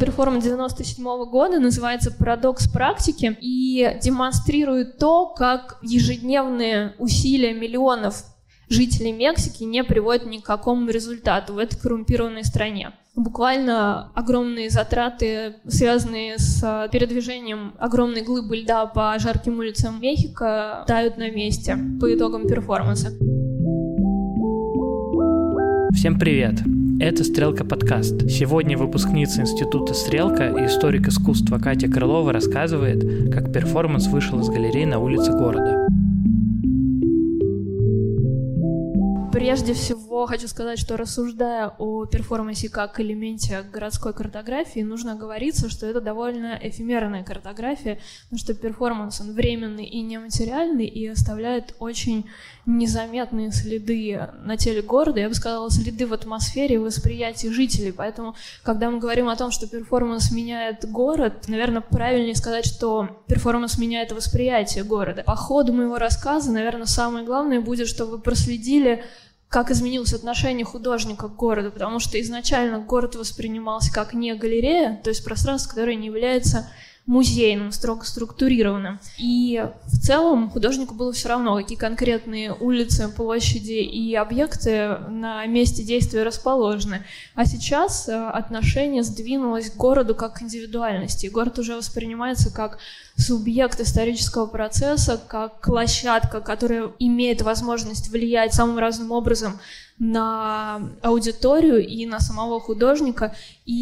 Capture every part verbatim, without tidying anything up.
Перформанс девяносто седьмого года называется «Парадокс практики» и демонстрирует то, как ежедневные усилия миллионов жителей Мексики не приводят ни к какому результату в этой коррумпированной стране. Буквально огромные затраты, связанные с передвижением огромной глыбы льда по жарким улицам Мехико, тают на месте по итогам перформанса. Всем привет! Это «Стрелка подкаст». Сегодня выпускница института «Стрелка» и историк искусства Катя Крылова рассказывает, как перформанс вышел из галереи на улице города. Прежде всего хочу сказать, что рассуждая о перформансе как элементе городской картографии, нужно оговориться, что это довольно эфемерная картография, потому что перформанс, он временный и нематериальный, и оставляет очень незаметные следы на теле города, я бы сказала, следы в атмосфере и восприятии жителей. Поэтому, когда мы говорим о том, что перформанс меняет город, наверное, правильнее сказать, что перформанс меняет восприятие города. По ходу моего рассказа, наверное, самое главное будет, что вы проследили, как изменилось отношение художника к городу, потому что изначально город воспринимался как не галерея, то есть пространство, которое не является музейным, строго структурированным. И в целом художнику было все равно, какие конкретные улицы, площади и объекты на месте действия расположены. А сейчас отношение сдвинулось к городу как к индивидуальности. И город уже воспринимается как субъект исторического процесса, как площадка, которая имеет возможность влиять самым разным образом на аудиторию и на самого художника,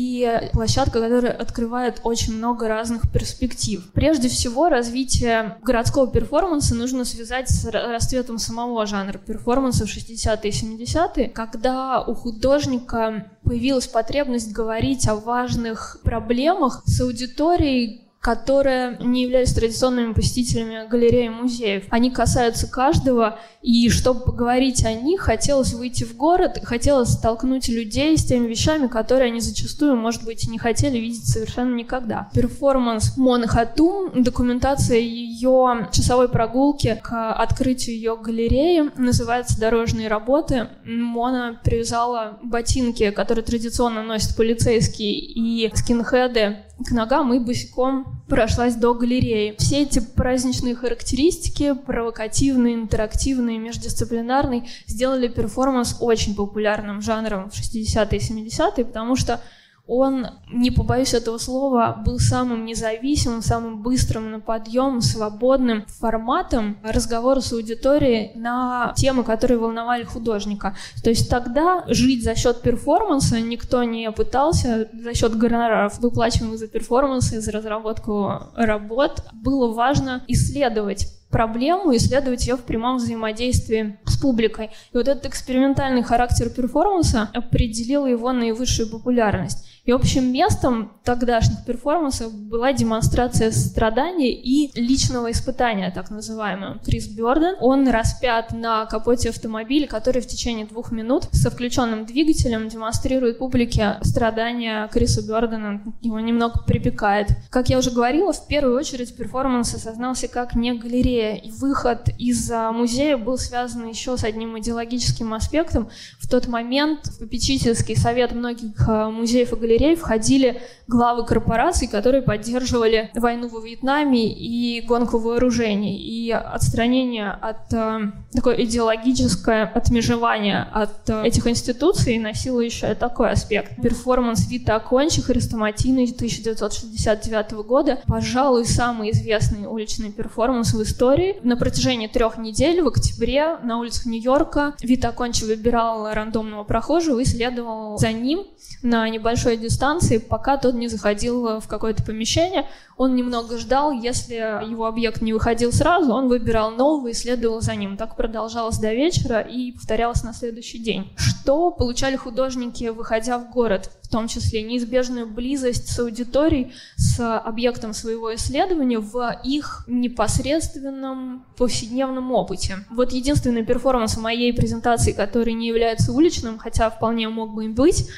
и площадка, которая открывает очень много разных перспектив. Прежде всего, развитие городского перформанса нужно связать с расцветом самого жанра перформанса в шестидесятые и семидесятые, когда у художника появилась потребность говорить о важных проблемах с аудиторией, которые не являлись традиционными посетителями галереи и музеев. Они касаются каждого, и чтобы поговорить о них, хотелось выйти в город, хотелось столкнуть людей с теми вещами, которые они зачастую, может быть, не хотели видеть совершенно никогда. Перформанс Моны Хатун, документация ее часовой прогулки к открытию ее галереи, называется «Дорожные работы». Мона привязала ботинки, которые традиционно носят полицейские и скинхеды, к ногам и босиком прошлась до галереи. Все эти праздничные характеристики, провокативные, интерактивные, междисциплинарные, сделали перформанс очень популярным жанром в шестидесятые и семидесятые, потому что он, не побоюсь этого слова, был самым независимым, самым быстрым на подъем, свободным форматом разговора с аудиторией на темы, которые волновали художника. То есть тогда жить за счет перформанса никто не пытался, за счет гонораров, выплачиваемых за перформансы, за разработку работ. Было важно исследовать проблему, исследовать ее в прямом взаимодействии с публикой. И вот этот экспериментальный характер перформанса определил его наивысшую популярность. И общим местом тогдашних перформансов была демонстрация страдания и личного испытания, так называемого. Крис Бёрден, он распят на капоте автомобиля, который в течение двух минут со включенным двигателем демонстрирует публике страдания Криса Бёрдена, его немного припекает. Как я уже говорила, в первую очередь перформанс осознался как не галерея, и выход из музея был связан еще с одним идеологическим аспектом. В тот момент в попечительский совет многих музеев и галерей входили главы корпораций, которые поддерживали войну во Вьетнаме и гонку вооружений. И отстранение от э, такое идеологическое отмежевание от э, этих институций носило еще и такой аспект. Перформанс Вита Кончи Хрестоматийный тысяча девятьсот шестьдесят девятого года, пожалуй, самый известный уличный перформанс в истории. На протяжении трех недель в октябре на улицах Нью-Йорка Вита Кончи выбирал рандомного прохожего и следовал за ним на небольшой дистанции, пока тот не заходил в какое-то помещение. Он немного ждал, если его объект не выходил сразу, он выбирал нового и следовал за ним. Так продолжалось до вечера и повторялось на следующий день. Что получали художники, выходя в город? В том числе неизбежную близость с аудиторией, с объектом своего исследования в их непосредственном повседневном опыте. Вот единственный перформанс в моей презентации, который не является уличным, хотя вполне мог бы им быть,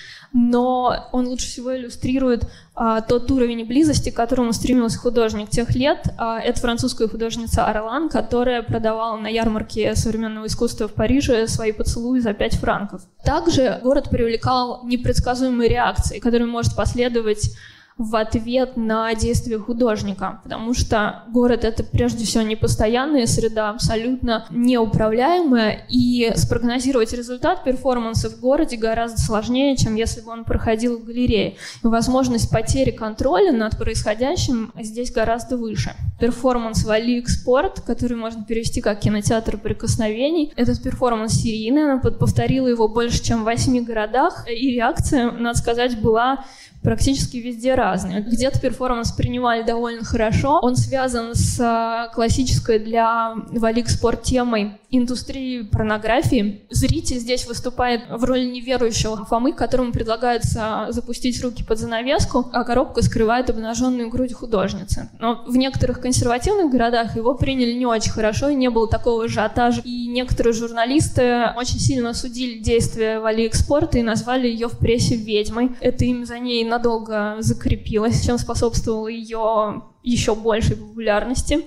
но он лучше всего иллюстрирует а, тот уровень близости, к которому стремился художник тех лет. А, это французская художница Арлан, которая продавала на ярмарке современного искусства в Париже свои поцелуи за пять франков. Также город привлекал непредсказуемые реакции, которые может последовать в ответ на действия художника, потому что город — это прежде всего непостоянная среда, абсолютно неуправляемая, и спрогнозировать результат перформанса в городе гораздо сложнее, чем если бы он проходил в галерее. И возможность потери контроля над происходящим здесь гораздо выше. Перформанс «Вали Экспорт», который можно перевести как «кинотеатр прикосновений», этот перформанс серийный, она повторила его больше, чем в восьми городах, и реакция, надо сказать, была практически везде разные. Где-то перформанс принимали довольно хорошо. Он связан с классической для Вали Экспорт темой индустрии порнографии. Зритель здесь выступает в роли неверующего Фомы, которому предлагается запустить руки под занавеску, а коробка скрывает обнаженную грудь художницы. Но в некоторых консервативных городах его приняли не очень хорошо, и не было такого ажиотажа. И некоторые журналисты очень сильно осудили действия Вали Экспорта и назвали ее в прессе ведьмой. Это имя за ней надолго закрепилось, чем способствовало ее еще большей популярности.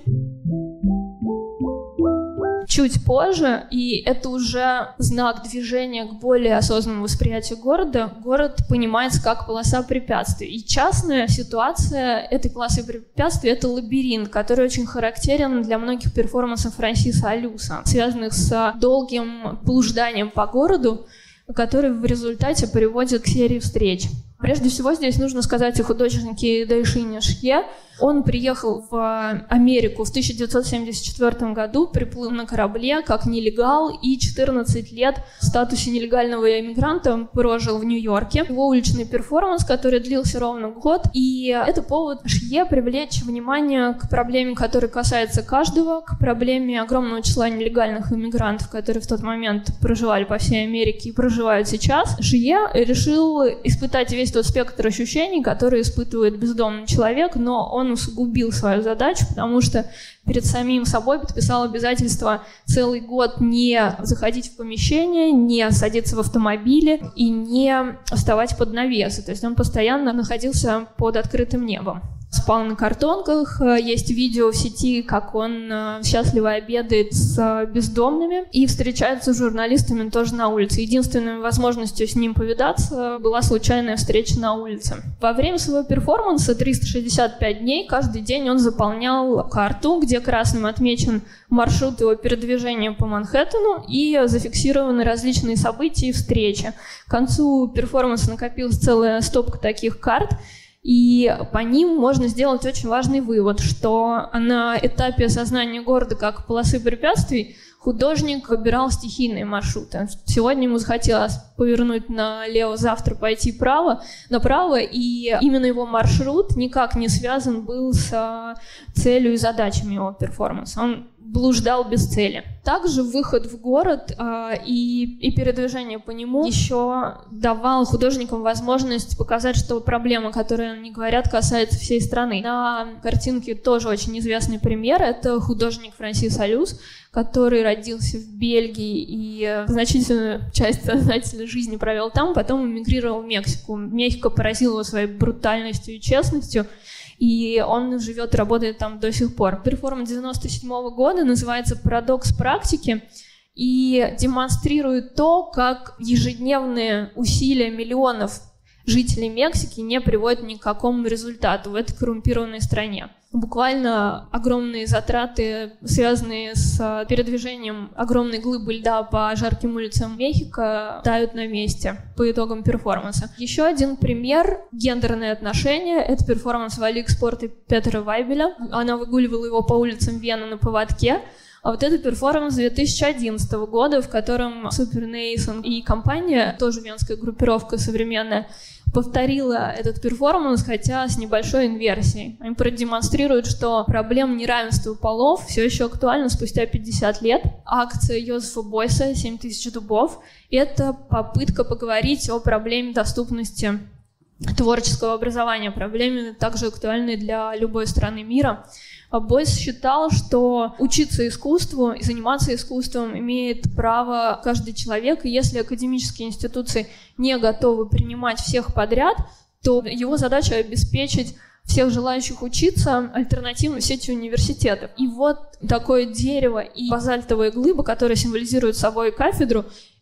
Чуть позже, и это уже знак движения к более осознанному восприятию города, город понимается как полоса препятствий. И частная ситуация этой полосы препятствий — это лабиринт, который очень характерен для многих перформансов Франсиса Алюса, связанных с долгим блужданием по городу, который в результате приводит к серии встреч. Прежде всего, здесь нужно сказать о художнике Дайшине Шье. Он приехал в Америку в тысяча девятьсот семьдесят четвёртом году, приплыл на корабле как нелегал и четырнадцать лет в статусе нелегального иммигранта прожил в Нью-Йорке. Его уличный перформанс, который длился ровно год, и это повод Шье привлечь внимание к проблеме, которая касается каждого, к проблеме огромного числа нелегальных иммигрантов, которые в тот момент проживали по всей Америке и проживают сейчас. Шье решил испытать весь тот спектр ощущений, которые испытывает бездомный человек, но он усугубил свою задачу, потому что перед самим собой подписал обязательство целый год не заходить в помещение, не садиться в автомобиле и не вставать под навесы. То есть он постоянно находился под открытым небом. Спал на картонках, есть видео в сети, как он счастливо обедает с бездомными и встречается с журналистами тоже на улице. Единственной возможностью с ним повидаться была случайная встреча на улице. Во время своего перформанса триста шестьдесят пять дней каждый день он заполнял карту, где красным отмечен маршрут его передвижения по Манхэттену и зафиксированы различные события и встречи. К концу перформанса накопилась целая стопка таких карт, и по ним можно сделать очень важный вывод, что на этапе осознания города как полосы препятствий художник выбирал стихийные маршруты. Сегодня ему захотелось повернуть налево, завтра пойти право, направо, и именно его маршрут никак не связан был с целью и задачами его перформанса. Он блуждал без цели. Также выход в город э, и, и передвижение по нему еще давал художникам возможность показать, что проблема, которую они говорят, касается всей страны. На картинке тоже очень известный пример. Это художник Франсис Алюс, который родился в Бельгии и значительную часть сознательной жизни провел там, потом эмигрировал в Мексику. Мексика поразила его своей брутальностью и честностью, и он живет и работает там до сих пор. Перформанс девяносто седьмого года называется «Парадокс практики» и демонстрирует то, как ежедневные усилия миллионов жителей Мексики не приводят ни к какому результату в этой коррумпированной стране. Буквально огромные затраты, связанные с передвижением огромной глыбы льда по жарким улицам Мехико, тают на месте по итогам перформанса. Еще один пример — гендерные отношения. Это перформанс Вали Экспорт и Петера Вайбеля. Она выгуливала его по улицам Вены на поводке. А вот это перформанс две тысячи одиннадцатого года, в котором Super Nation и компания, тоже венская группировка современная, повторила этот перформанс, хотя с небольшой инверсией. Они продемонстрируют, что проблема неравенства полов все еще актуальна спустя пятьдесят лет. Акция Йозефа Бойса «семь тысяч дубов» — это попытка поговорить о проблеме доступности творческого образования, проблеме также актуальной для любой страны мира. Бойс считал, что учиться искусству и заниматься искусством имеет право каждый человек, и если академические институции не готовы принимать всех подряд, то его задача обеспечить всех желающих учиться альтернативной сетью университетов. И вот такое дерево и базальтовая глыба, которая символизирует собой кафедру,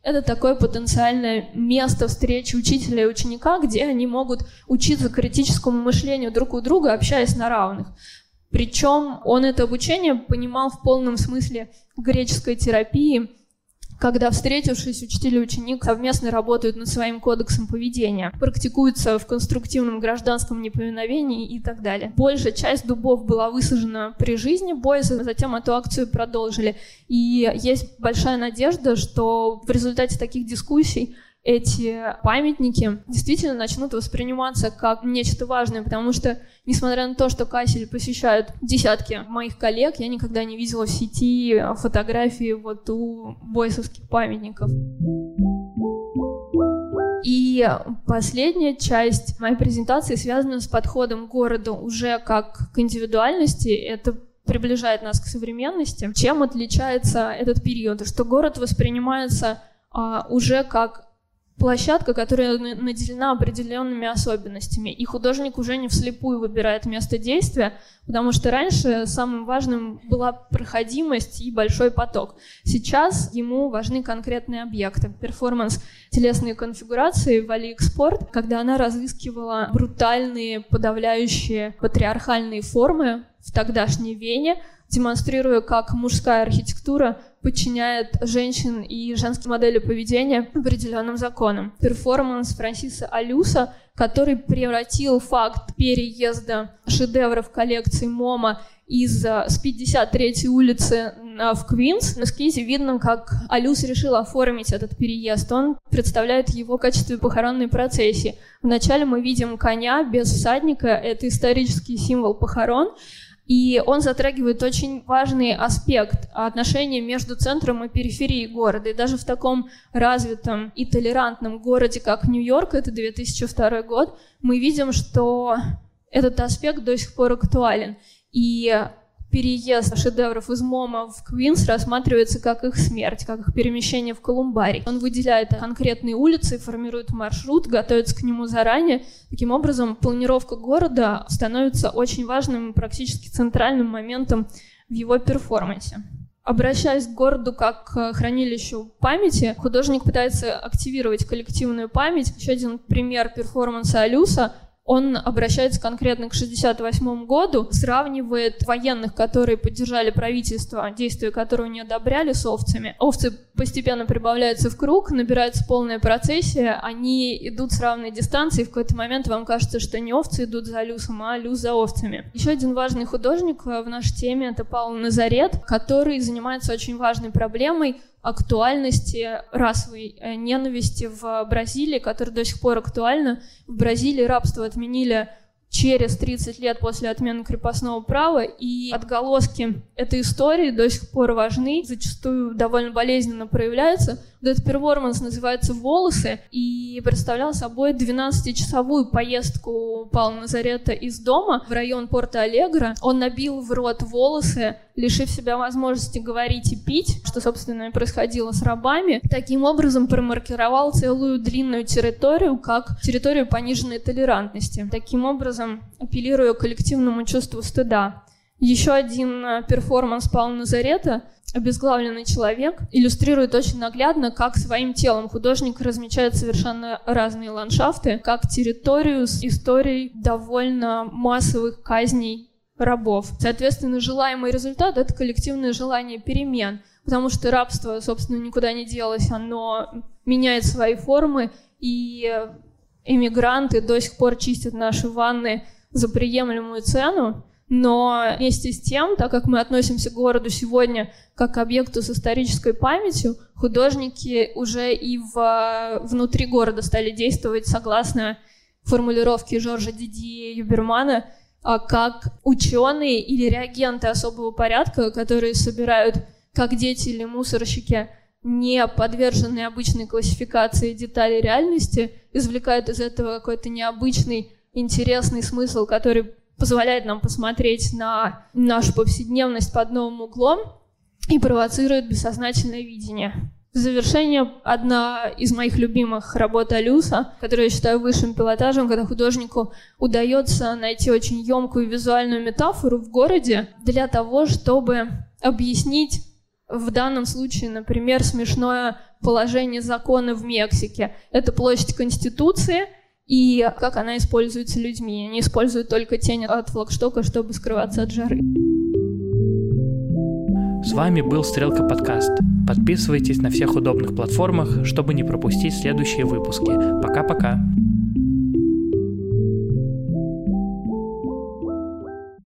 Это такое потенциальное место встречи учителя и ученика, где они могут учиться критическому мышлению друг у друга, общаясь на равных. Причем он это обучение понимал в полном смысле греческой терапии, когда, встретившись, учитель и ученик совместно работают над своим кодексом поведения, практикуются в конструктивном гражданском неповиновении и так далее. Большая часть дубов была высажена при жизни Бойса, затем эту акцию продолжили. И есть большая надежда, что в результате таких дискуссий эти памятники действительно начнут восприниматься как нечто важное, потому что, несмотря на то, что Кассель посещают десятки моих коллег, я никогда не видела в сети фотографии вот у бойсовских памятников. И последняя часть моей презентации связана с подходом к городу уже как к индивидуальности. Это приближает нас к современности. Чем отличается этот период? Что город воспринимается а, уже как площадка, которая наделена определенными особенностями, и художник уже не вслепую выбирает место действия, потому что раньше самым важным была проходимость и большой поток. Сейчас ему важны конкретные объекты. Перформанс телесной конфигурации в AliExport, когда она разыскивала брутальные, подавляющие патриархальные формы в тогдашней Вене, демонстрируя, как мужская архитектура подчиняет женщин и женские модели поведения определенным законам. Перформанс Франсиса Алюса, который превратил факт переезда шедевров коллекции МоМА из с пятьдесят третьей улицы в Квинс. На эскизе видно, как Алюс решил оформить этот переезд. Он представляет его в качестве похоронной процессии. Вначале мы видим коня без всадника, это исторический символ похорон. И он затрагивает очень важный аспект отношения между центром и периферией города. И даже в таком развитом и толерантном городе, как Нью-Йорк, это две тысячи второй год, мы видим, что этот аспект до сих пор актуален. И переезд шедевров из МоМА в Квинс рассматривается как их смерть, как их перемещение в Колумбарий. Он выделяет конкретные улицы, формирует маршрут, готовится к нему заранее. Таким образом, планировка города становится очень важным, практически центральным моментом в его перформансе. Обращаясь к городу как к хранилищу памяти, художник пытается активировать коллективную память. Еще один пример перформанса Алюса. Он обращается конкретно к шестьдесят восьмому году, сравнивает военных, которые поддержали правительство, действия которого не одобряли, с овцами. Овцы постепенно прибавляются в круг, набирается полная процессия, они идут с равной дистанции, и в какой-то момент вам кажется, что не овцы идут за Алюсом, а Алюс за овцами. Еще один важный художник в нашей теме — это Пауло Назарет, который занимается очень важной проблемой актуальности расовой ненависти в Бразилии, которая до сих пор актуальна. В Бразилии рабство отменили через тридцать лет после отмены крепостного права, и отголоски этой истории до сих пор важны, зачастую довольно болезненно проявляются. Вот этот перформанс называется «Волосы» и представлял собой двенадцатичасовую поездку Паула Назарета из дома в район Порто-Алегро. Он набил в рот волосы, лишив себя возможности говорить и пить, что, собственно, и происходило с рабами. Таким образом промаркировал целую длинную территорию как территорию пониженной толерантности. Таким образом, апеллируя к коллективному чувству стыда. Еще один перформанс Паула Назарета «Обезглавленный человек» иллюстрирует очень наглядно, как своим телом художник размечает совершенно разные ландшафты, как территорию с историей довольно массовых казней рабов. Соответственно, желаемый результат — это коллективное желание перемен, потому что рабство, собственно, никуда не делось, оно меняет свои формы, и иммигранты до сих пор чистят наши ванны за приемлемую цену. Но вместе с тем, так как мы относимся к городу сегодня как к объекту с исторической памятью, художники уже и в, внутри города стали действовать согласно формулировке Жоржа Дидье Юбермана, как ученые или реагенты особого порядка, которые собирают, как дети или мусорщики, не подверженные обычной классификации деталей реальности, извлекают из этого какой-то необычный, интересный смысл, который позволяет нам посмотреть на нашу повседневность под новым углом и провоцирует бессознательное видение. В завершение одна из моих любимых работ Алюса, которую я считаю высшим пилотажем, когда художнику удается найти очень емкую визуальную метафору в городе для того, чтобы объяснить В данном случае, например, смешное положение закона в Мексике. Это площадь Конституции, и как она используется людьми. Они используют только тень от флагштока, чтобы скрываться от жары. С вами был Стрелка подкаст. Подписывайтесь на всех удобных платформах, чтобы не пропустить следующие выпуски. Пока-пока.